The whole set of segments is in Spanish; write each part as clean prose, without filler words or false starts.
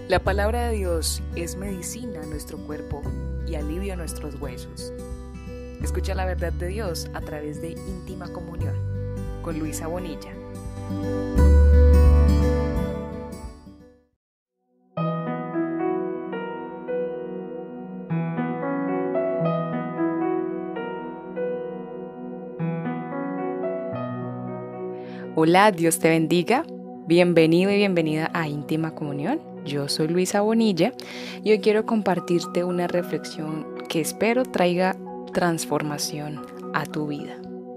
La palabra de Dios es medicina a nuestro cuerpo y alivio a nuestros huesos. Escucha la verdad de Dios a través de Íntima Comunión con Luisa Bonilla. Hola, Dios te bendiga. Bienvenido y bienvenida a Íntima Comunión. Yo soy Luisa Bonilla y hoy quiero compartirte una reflexión que espero traiga transformación a tu vida.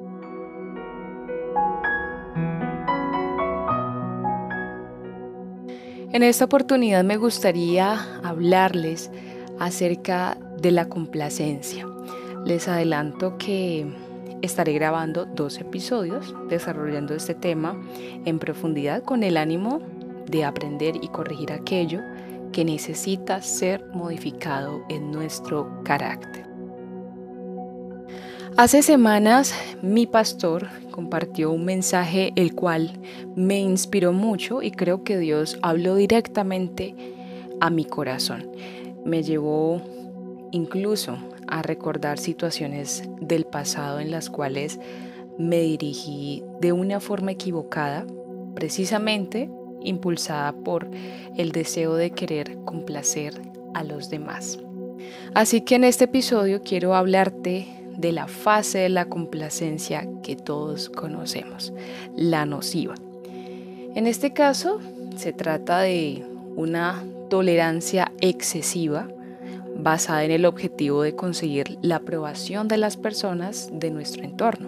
En esta oportunidad me gustaría hablarles acerca de la complacencia. Les adelanto que estaré grabando 2 episodios desarrollando este tema en profundidad con el ánimo de aprender y corregir aquello que necesita ser modificado en nuestro carácter. Hace semanas mi pastor compartió un mensaje el cual me inspiró mucho y creo que Dios habló directamente a mi corazón. Me llevó incluso a recordar situaciones del pasado en las cuales me dirigí de una forma equivocada, precisamente impulsada por el deseo de querer complacer a los demás. Así que en este episodio quiero hablarte de la fase de la complacencia que todos conocemos, la nociva. En este caso se trata de una tolerancia excesiva basada en el objetivo de conseguir la aprobación de las personas de nuestro entorno.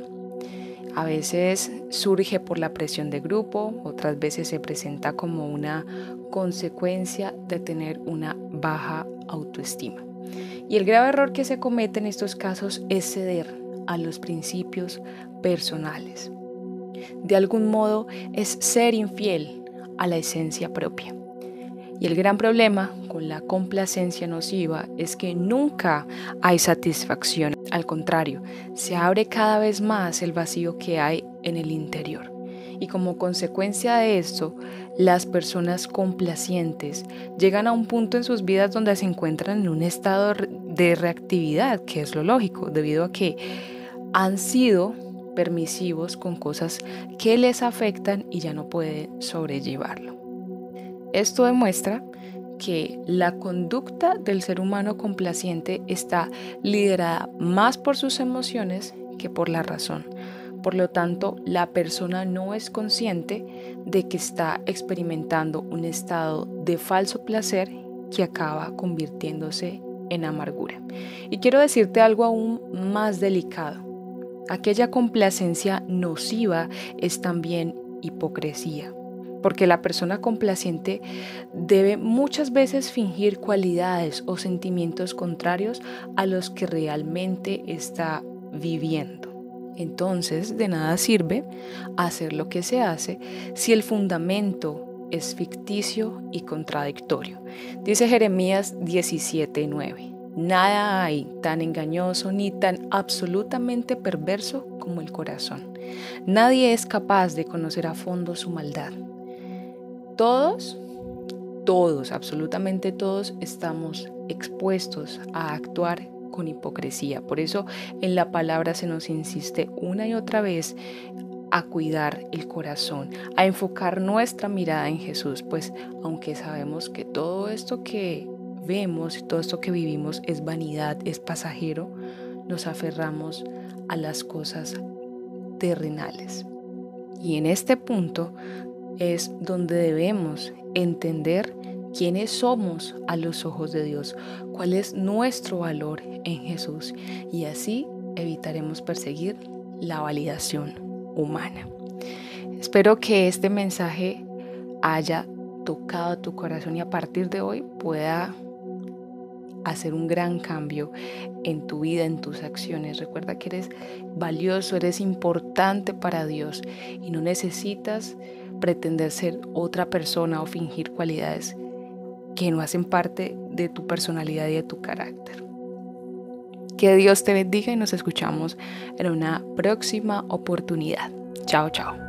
A veces surge por la presión de grupo, otras veces se presenta como una consecuencia de tener una baja autoestima. Y el grave error que se comete en estos casos es ceder a los principios personales. De algún modo es ser infiel a la esencia propia. Y el gran problema con la complacencia nociva es que nunca hay satisfacción. Al contrario, se abre cada vez más el vacío que hay en el interior. Y como consecuencia de esto, las personas complacientes llegan a un punto en sus vidas donde se encuentran en un estado de reactividad, que es lo lógico, debido a que han sido permisivos con cosas que les afectan y ya no pueden sobrellevarlo. Esto demuestra que la conducta del ser humano complaciente está liderada más por sus emociones que por la razón. Por lo tanto, la persona no es consciente de que está experimentando un estado de falso placer que acaba convirtiéndose en amargura. Y quiero decirte algo aún más delicado. Aquella complacencia nociva es también hipocresía. Porque la persona complaciente debe muchas veces fingir cualidades o sentimientos contrarios a los que realmente está viviendo. Entonces, de nada sirve hacer lo que se hace si el fundamento es ficticio y contradictorio. Dice Jeremías 17:9. Nada hay tan engañoso ni tan absolutamente perverso como el corazón. Nadie es capaz de conocer a fondo su maldad. Todos, absolutamente todos estamos expuestos a actuar con hipocresía. Por eso en la palabra se nos insiste una y otra vez a cuidar el corazón, a enfocar nuestra mirada en Jesús, pues aunque sabemos que todo esto que vemos, todo esto que vivimos es vanidad, es pasajero, nos aferramos a las cosas terrenales. Y en este punto es donde debemos entender quiénes somos a los ojos de Dios, cuál es nuestro valor en Jesús, y así evitaremos perseguir la validación humana. Espero que este mensaje haya tocado tu corazón y a partir de hoy pueda hacer un gran cambio en tu vida, en tus acciones. Recuerda que eres valioso, eres importante para Dios y no necesitas pretender ser otra persona o fingir cualidades que no hacen parte de tu personalidad y de tu carácter. Que Dios te bendiga y nos escuchamos en una próxima oportunidad. Chao, chao.